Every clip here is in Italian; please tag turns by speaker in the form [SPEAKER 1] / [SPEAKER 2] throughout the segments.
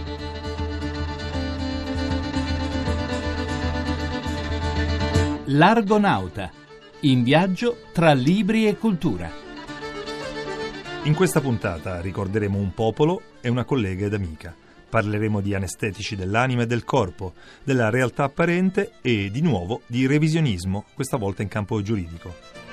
[SPEAKER 1] L'Argonauta, in viaggio tra libri e cultura.
[SPEAKER 2] In questa puntata ricorderemo un popolo e una collega ed amica. Parleremo di anestetici dell'anima e del corpo, della realtà apparente e, di nuovo, di revisionismo, questa volta in campo giuridico.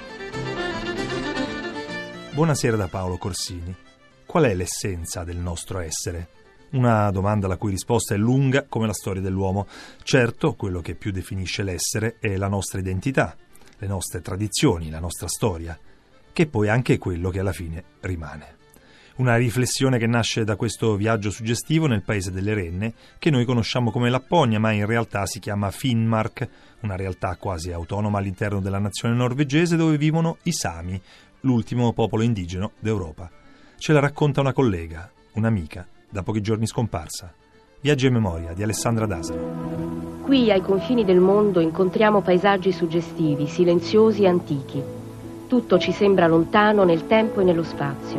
[SPEAKER 2] Buonasera da Paolo Corsini. Qual è l'essenza del nostro essere? Una domanda la cui risposta è lunga come la storia dell'uomo. Certo, quello che più definisce l'essere è la nostra identità, le nostre tradizioni, la nostra storia, che poi è anche quello che alla fine rimane. Una riflessione che nasce da questo viaggio suggestivo nel paese delle renne, che noi conosciamo come Lapponia, ma in realtà si chiama Finnmark, una realtà quasi autonoma all'interno della nazione norvegese dove vivono i Sami, l'ultimo popolo indigeno d'Europa. Ce la racconta una collega, un'amica, da pochi giorni scomparsa. Viaggio in memoria di Alessandra D'Asaro.
[SPEAKER 3] Qui ai confini del mondo incontriamo paesaggi suggestivi, silenziosi e antichi. Tutto ci sembra lontano nel tempo e nello spazio.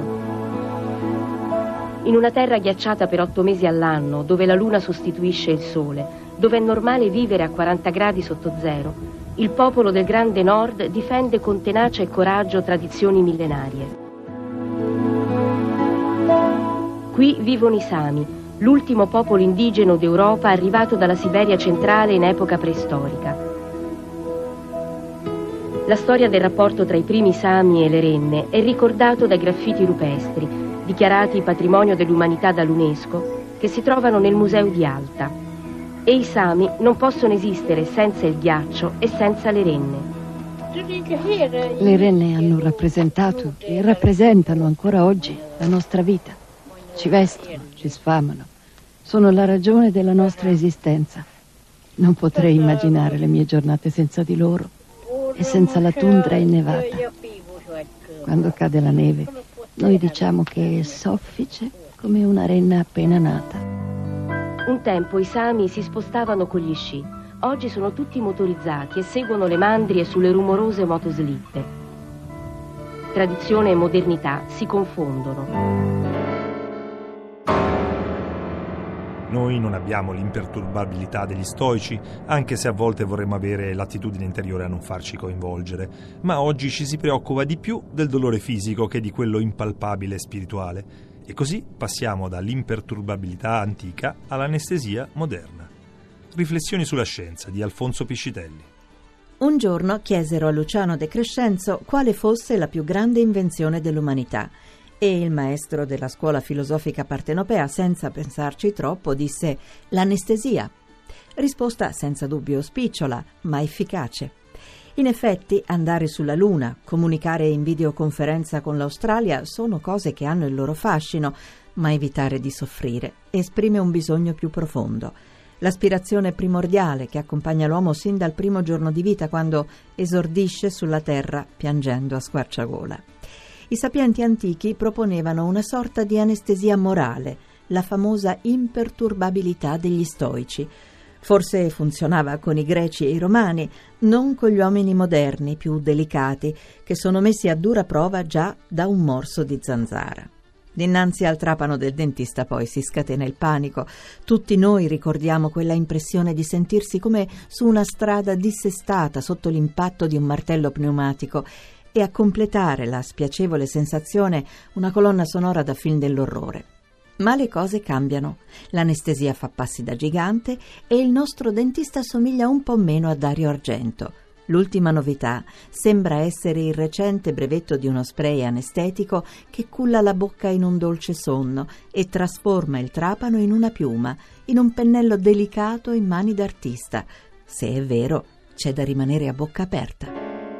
[SPEAKER 3] In una terra ghiacciata per 8 mesi all'anno, dove la luna sostituisce il sole, dove è normale vivere a 40 gradi sotto zero, il popolo del Grande Nord difende con tenacia e coraggio tradizioni millenarie. Qui vivono i Sami, l'ultimo popolo indigeno d'Europa arrivato dalla Siberia centrale in epoca preistorica. La storia del rapporto tra i primi Sami e le renne è ricordato dai graffiti rupestri, dichiarati patrimonio dell'umanità dall'UNESCO, che si trovano nel museo di Alta. E i Sami non possono esistere senza il ghiaccio e senza le renne.
[SPEAKER 4] Le renne hanno rappresentato e rappresentano ancora oggi la nostra vita. Ci vestono, ci sfamano, sono la ragione della nostra esistenza. Non potrei immaginare le mie giornate senza di loro e senza la tundra innevata. Quando cade la neve, noi diciamo che è soffice come una renna appena nata.
[SPEAKER 3] Un tempo i Sami si spostavano con gli sci, oggi sono tutti motorizzati e seguono le mandrie sulle rumorose motoslitte. Tradizione e modernità si confondono.
[SPEAKER 2] Noi non abbiamo l'imperturbabilità degli stoici, anche se a volte vorremmo avere l'attitudine interiore a non farci coinvolgere, ma oggi ci si preoccupa di più del dolore fisico che di quello impalpabile e spirituale, e così passiamo dall'imperturbabilità antica all'anestesia moderna. Riflessioni sulla scienza di Alfonso Piscitelli.
[SPEAKER 5] Un giorno chiesero a Luciano De Crescenzo quale fosse la più grande invenzione dell'umanità. E il maestro della scuola filosofica partenopea, senza pensarci troppo, disse l'anestesia. Risposta senza dubbio spicciola, ma efficace. In effetti, andare sulla Luna, comunicare in videoconferenza con l'Australia sono cose che hanno il loro fascino, ma evitare di soffrire esprime un bisogno più profondo. L'aspirazione primordiale che accompagna l'uomo sin dal primo giorno di vita, quando esordisce sulla terra piangendo a squarciagola. I sapienti antichi proponevano una sorta di anestesia morale, la famosa imperturbabilità degli stoici. Forse funzionava con i greci e i romani, non con gli uomini moderni più delicati, che sono messi a dura prova già da un morso di zanzara. Dinanzi al trapano del dentista poi si scatena il panico. Tutti noi ricordiamo quella impressione di sentirsi come su una strada dissestata sotto l'impatto di un martello pneumatico, e a completare la spiacevole sensazione una colonna sonora da film dell'orrore. Ma le cose cambiano. L'anestesia fa passi da gigante e il nostro dentista somiglia un po' meno a Dario Argento. L'ultima novità sembra essere il recente brevetto di uno spray anestetico che culla la bocca in un dolce sonno e trasforma il trapano in una piuma, in un pennello delicato in mani d'artista. Se è vero, c'è da rimanere a bocca aperta.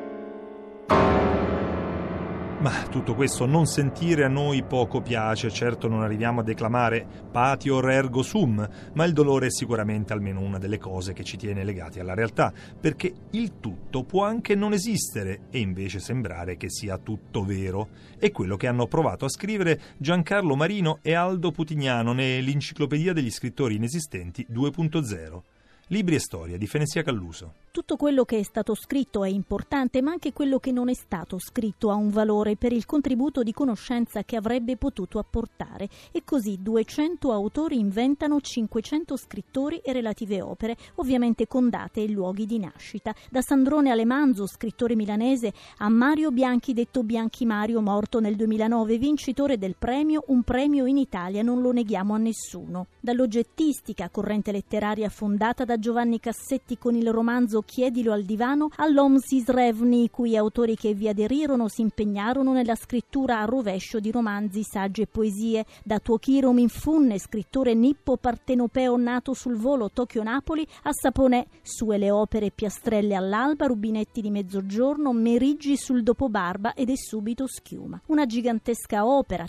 [SPEAKER 2] Ma tutto questo non sentire a noi poco piace. Certo non arriviamo a declamare patior ergo sum, ma il dolore è sicuramente almeno una delle cose che ci tiene legati alla realtà, perché il tutto può anche non esistere e invece sembrare che sia tutto vero. È quello che hanno provato a scrivere Giancarlo Marino e Aldo Putignano nell'Enciclopedia degli scrittori inesistenti 2.0. Libri e storia di Fenezia Calluso.
[SPEAKER 6] Tutto quello che è stato scritto è importante, ma anche quello che non è stato scritto ha un valore per il contributo di conoscenza che avrebbe potuto apportare. E così 200 autori inventano 500 scrittori e relative opere, ovviamente con date e luoghi di nascita. Da Sandrone Alemanzo, scrittore milanese, a Mario Bianchi, detto Bianchi Mario, morto nel 2009, vincitore del premio Un premio in Italia, non lo neghiamo a nessuno. Dall'oggettistica, corrente letteraria fondata da Giovanni Cassetti con il romanzo Chiedilo al divano, all'Homs Isrevni, i cui autori che vi aderirono si impegnarono nella scrittura a rovescio di romanzi, saggi e poesie. Da Tuochiro Minfunne, scrittore nippo-partenopeo nato sul volo Tokyo-Napoli, a Saponè, sue le opere Piastrelle all'alba, Rubinetti di mezzogiorno, Meriggi sul dopobarba ed È subito schiuma. Una gigantesca opera,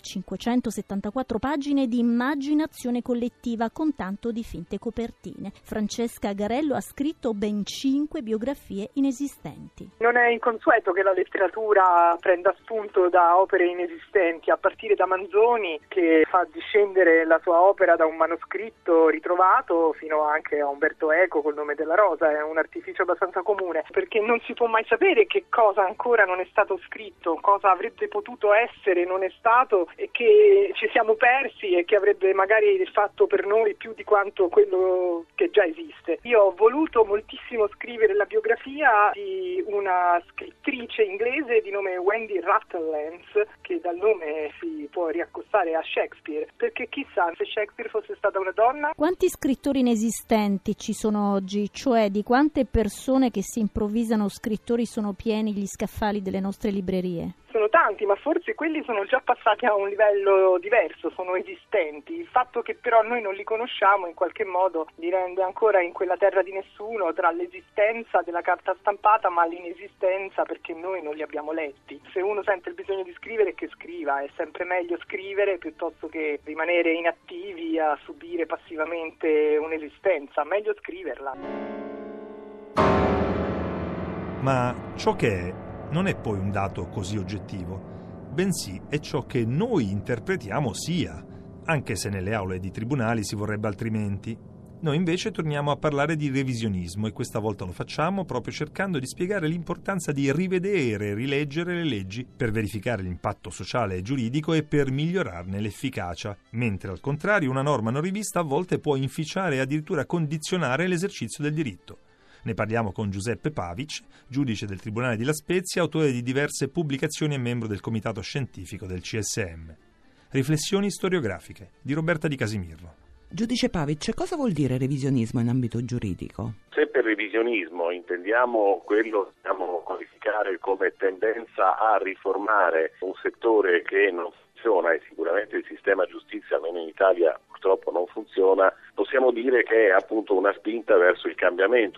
[SPEAKER 6] 574 pagine di immaginazione collettiva con tanto di finte copertine. Francesca Garello ha scritto ben 5 biografie inesistenti.
[SPEAKER 7] Non è inconsueto che la letteratura prenda spunto da opere inesistenti, a partire da Manzoni, che fa discendere la sua opera da un manoscritto ritrovato, fino anche a Umberto Eco col nome della rosa. È un artificio abbastanza comune, perché non si può mai sapere che cosa ancora non è stato scritto, cosa avrebbe potuto essere, non è stato, e che ci siamo persi e che avrebbe magari fatto per noi più di quanto quello che già esiste. Io ho voluto moltissimo scrivere la biografia di una scrittrice inglese di nome Wendy Rattlelands, che dal nome si può riaccostare a Shakespeare, perché chissà se Shakespeare fosse stata una donna.
[SPEAKER 6] Quanti scrittori inesistenti ci sono oggi? Cioè, di quante persone che si improvvisano scrittori sono pieni gli scaffali delle nostre librerie?
[SPEAKER 7] Sono tanti, ma forse quelli sono già passati a un livello diverso, sono esistenti. Il fatto che però noi non li conosciamo in qualche modo li rende ancora in quella terra di nessuno, tra l'esistenza della carta stampata ma l'inesistenza perché noi non li abbiamo letti. Se uno sente il bisogno di scrivere, che scriva, è sempre meglio scrivere piuttosto che rimanere inattivi a subire passivamente un'esistenza, meglio scriverla.
[SPEAKER 2] Ma ciò che è non è poi un dato così oggettivo, bensì è ciò che noi interpretiamo sia, anche se nelle aule di tribunali si vorrebbe altrimenti. Noi invece torniamo a parlare di revisionismo e questa volta lo facciamo proprio cercando di spiegare l'importanza di rivedere e rileggere le leggi per verificare l'impatto sociale e giuridico e per migliorarne l'efficacia, mentre al contrario una norma non rivista a volte può inficiare e addirittura condizionare l'esercizio del diritto. Ne parliamo con Giuseppe Pavic, giudice del Tribunale di La Spezia, autore di diverse pubblicazioni e membro del comitato scientifico del CSM. Riflessioni storiografiche di Roberta Di Casimirro.
[SPEAKER 8] Giudice Pavic, cosa vuol dire revisionismo in ambito giuridico?
[SPEAKER 9] Se per revisionismo intendiamo quello che possiamo qualificare come tendenza a riformare un settore che non funziona, e sicuramente il sistema giustizia, almeno in Italia, purtroppo non funziona, possiamo dire che è appunto una spinta verso il cambiamento,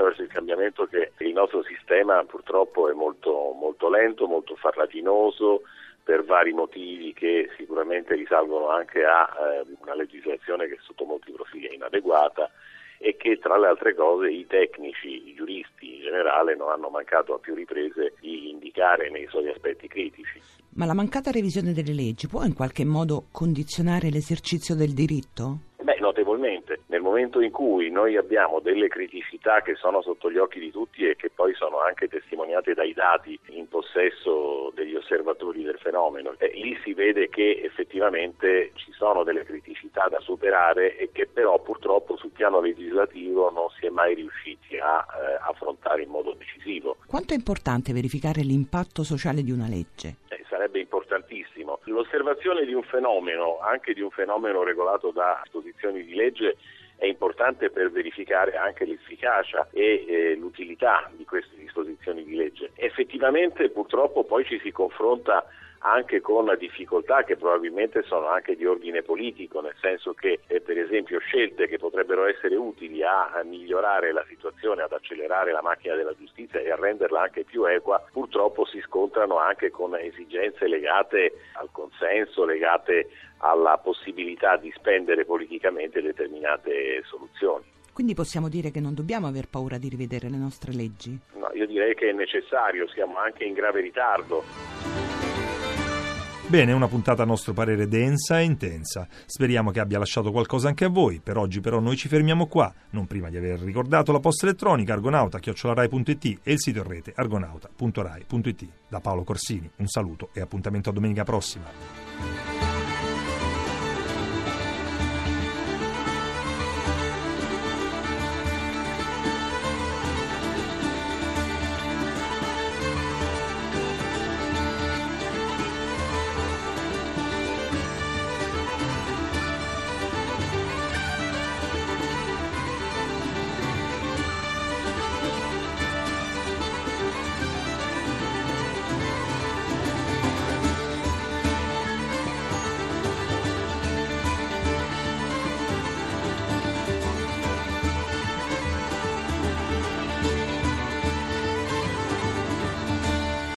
[SPEAKER 9] che il nostro sistema purtroppo è molto, molto lento, molto farraginoso, per vari motivi che sicuramente risalgono anche a una legislazione che sotto molti profili è inadeguata e che tra le altre cose i tecnici, i giuristi in generale non hanno mancato a più riprese di indicare nei suoi aspetti critici.
[SPEAKER 8] Ma la mancata revisione delle leggi può in qualche modo condizionare l'esercizio del diritto?
[SPEAKER 9] Beh, notevolmente. Nel momento in cui noi abbiamo delle criticità che sono sotto gli occhi di tutti e che poi sono anche testimoniate dai dati in possesso degli osservatori del fenomeno, lì si vede che effettivamente ci sono delle criticità da superare e che però purtroppo sul piano legislativo non si è mai riusciti a affrontare in modo decisivo.
[SPEAKER 8] Quanto è importante verificare l'impatto sociale di una legge?
[SPEAKER 9] Sarebbe importantissimo. L'osservazione di un fenomeno, anche di un fenomeno regolato da disposizioni di legge, è importante per verificare anche l'efficacia e l'utilità di queste disposizioni di legge. Effettivamente purtroppo poi ci si confronta anche con difficoltà che probabilmente sono anche di ordine politico, nel senso che per esempio scelte che potrebbero essere utili a migliorare la situazione, ad accelerare la macchina della giustizia e a renderla anche più equa, purtroppo si scontrano anche con esigenze legate al consenso, legate alla possibilità di spendere politicamente determinate soluzioni.
[SPEAKER 8] Quindi possiamo dire che non dobbiamo aver paura di rivedere le nostre leggi?
[SPEAKER 9] No, io direi che è necessario, siamo anche in grave ritardo.
[SPEAKER 2] Bene, una puntata a nostro parere densa e intensa. Speriamo che abbia lasciato qualcosa anche a voi. Per oggi però noi ci fermiamo qua, non prima di aver ricordato la posta elettronica argonauta@rai.it e il sito in rete argonauta.rai.it. Da Paolo Corsini un saluto e appuntamento a domenica prossima.